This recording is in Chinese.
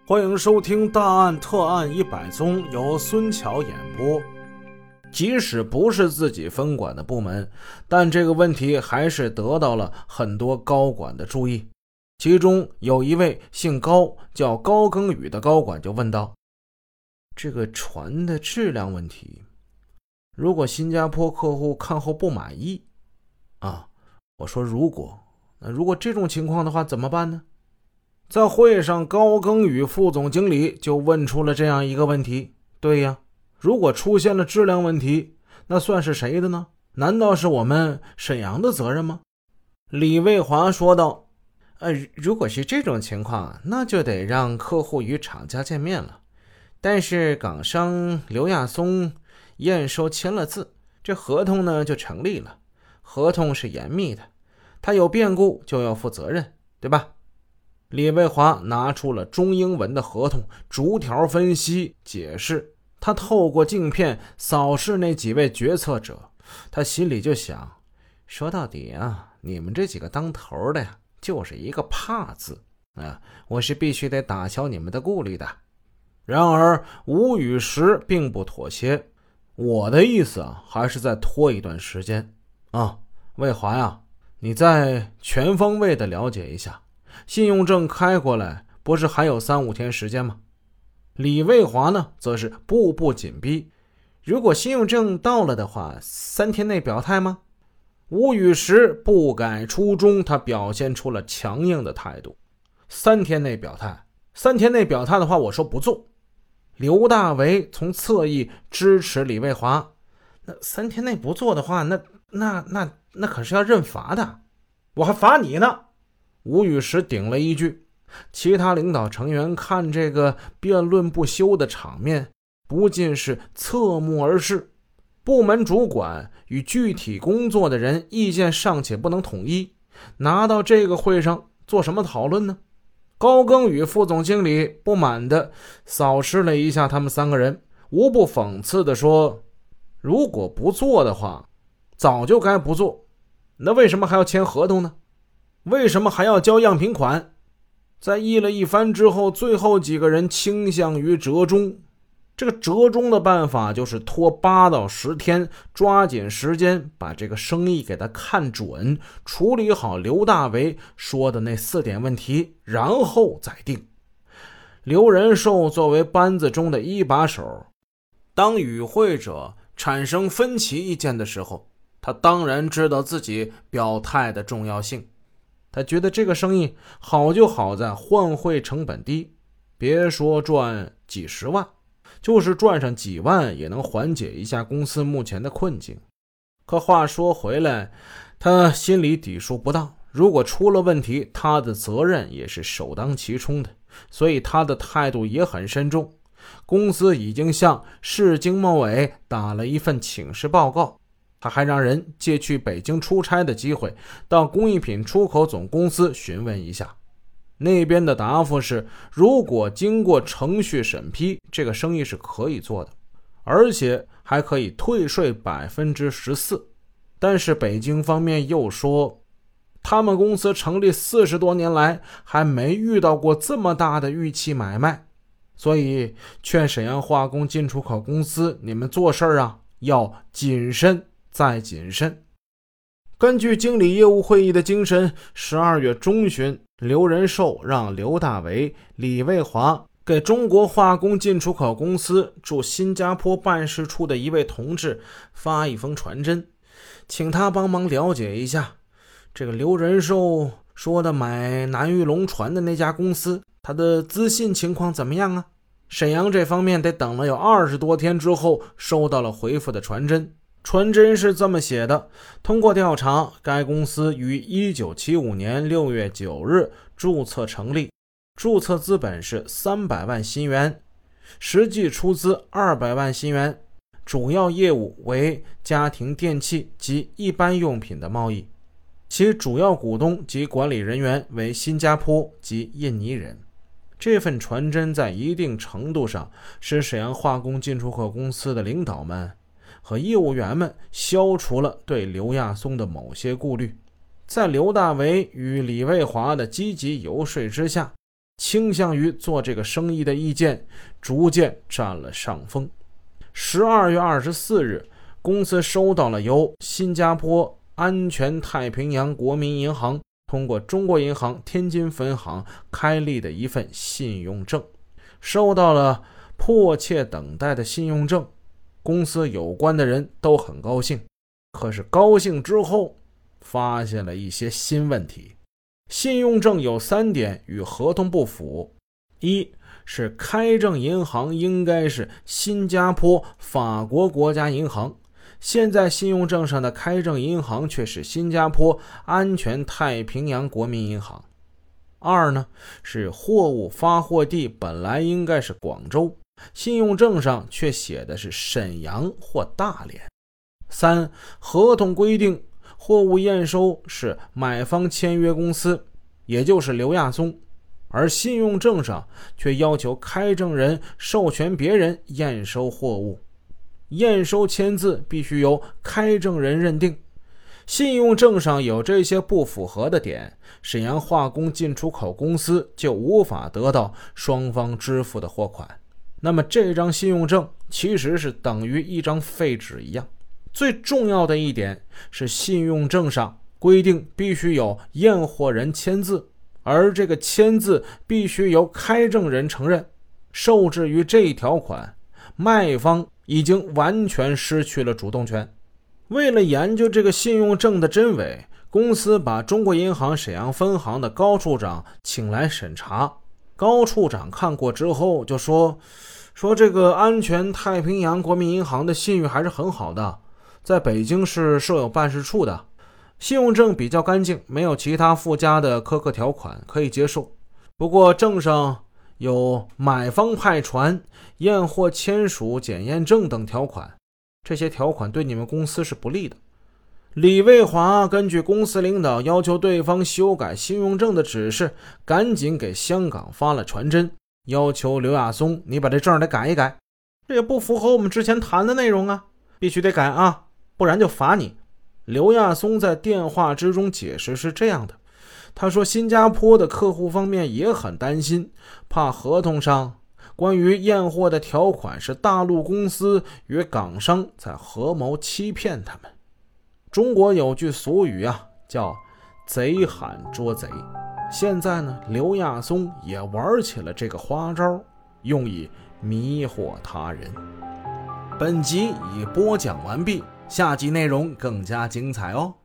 欢迎收听《大案特案100宗》，由孙桥演播。即使不是自己分管的部门，但这个问题还是得到了很多高管的注意。其中有一位姓高叫高庚宇的高管就问道，这个船的质量问题，如果新加坡客户看后不满意我说如果这种情况的话怎么办呢？在会上，高庚宇副总经理就问出了这样一个问题。对呀，如果出现了质量问题，那算是谁的呢？难道是我们沈阳的责任吗？李卫华说道，如果是这种情况，那就得让客户与厂家见面了。但是港商刘亚松验收签了字，这合同呢就成立了。合同是严密的，他有变故就要负责任，对吧？李卫华拿出了中英文的合同，逐条分析解释。他透过镜片扫视那几位决策者，他心里就想，说到底你们这几个当头的就是一个怕字我是必须得打消你们的顾虑的。然而吴宇石并不妥协，我的意思还是再拖一段时间卫华你再全方位的了解一下，信用证开过来不是还有3-5天时间吗？李卫华呢则是步步紧逼，如果信用证到了的话，3天内表态吗？吴宇石不改初衷，他表现出了强硬的态度。3天内表态，3天内表态的话我说不做。刘大为从侧翼支持李卫华，那3天内不做的话，那可是要认罚的，我还罚你呢。吴宇石顶了一句。其他领导成员看这个辩论不休的场面，不禁是侧目而视。部门主管与具体工作的人意见尚且不能统一，拿到这个会上做什么讨论呢？高庚宇副总经理不满地扫视了一下他们3个人，无不讽刺地说，如果不做的话早就该不做，那为什么还要签合同呢？为什么还要交样品款？在议了一番之后，最后几个人倾向于折中。这个折中的办法就是拖8到10天，抓紧时间把这个生意给他看准，处理好刘大为说的那4点问题，然后再定。刘仁寿作为班子中的一把手，当与会者产生分歧意见的时候，他当然知道自己表态的重要性。他觉得这个生意好就好在换汇成本低，别说赚几十万，就是赚上几万也能缓解一下公司目前的困境。可话说回来，他心里底数不到，如果出了问题，他的责任也是首当其冲的，所以他的态度也很慎重。公司已经向市经贸委打了一份请示报告，他还让人借去北京出差的机会，到工艺品出口总公司询问一下。那边的答复是，如果经过程序审批，这个生意是可以做的，而且还可以退税14%。但是北京方面又说，他们公司成立40多年来还没遇到过这么大的玉器买卖，所以劝沈阳化工进出口公司，你们做事要谨慎再谨慎。根据经理业务会议的精神，12月中旬，刘仁寿让刘大为、李卫华给中国化工进出口公司驻新加坡办事处的一位同志发一封传真，请他帮忙了解一下这个刘仁寿说的买南玉龙船的那家公司，他的资信情况怎么样沈阳这方面得等了有20多天之后收到了回复的传真。传真是这么写的，通过调查，该公司于1975年6月9日注册成立，注册资本是300万新元，实际出资200万新元，主要业务为家庭电器及一般用品的贸易，其主要股东及管理人员为新加坡及印尼人。这份传真在一定程度上使沈阳化工进出口公司的领导们和业务员们消除了对刘亚松的某些顾虑。在刘大为与李卫华的积极游说之下， 倾向于做这个生意的意见逐渐占了上风。12月24日，公司收到了由新加坡安全太平洋国民银行通过中国银行天津分行开立的一份信用证。收到了迫切等待的信用证，公司有关的人都很高兴。可是高兴之后，发现了一些新问题。信用证有3点与合同不符：一是开证银行应该是新加坡法国国家银行，现在信用证上的开证银行却是新加坡安全太平洋国民银行。二呢，是货物发货地本来应该是广州，信用证上却写的是沈阳或大连。三，合同规定货物验收是买方签约公司，也就是刘亚松，而信用证上却要求开证人授权别人验收货物，验收签字必须由开证人认定。信用证上有这些不符合的点，沈阳化工进出口公司就无法得到双方支付的货款。那么这张信用证其实是等于一张废纸一样。最重要的一点是信用证上规定必须有验货人签字，而这个签字必须由开证人承认。受制于这一条款，卖方已经完全失去了主动权。为了研究这个信用证的真伪，公司把中国银行沈阳分行的高处长请来审查。高处长看过之后就说这个安全太平洋国民银行的信誉还是很好的，在北京市设有办事处的，信用证比较干净，没有其他附加的苛刻条款，可以接受。不过证上有买方派传、验货签署检验证等条款，这些条款对你们公司是不利的。李卫华根据公司领导要求对方修改信用证的指示，赶紧给香港发了传真，要求刘亚松你把这证得改一改，这也不符合我们之前谈的内容啊，必须得改啊，不然就罚你。刘亚松在电话之中解释是这样的，他说新加坡的客户方面也很担心，怕合同上关于验货的条款是大陆公司与港商在合谋欺骗他们。中国有句俗语啊，叫贼喊捉贼。现在呢，刘亚松也玩起了这个花招，用以迷惑他人。本集已播讲完毕，下集内容更加精彩哦。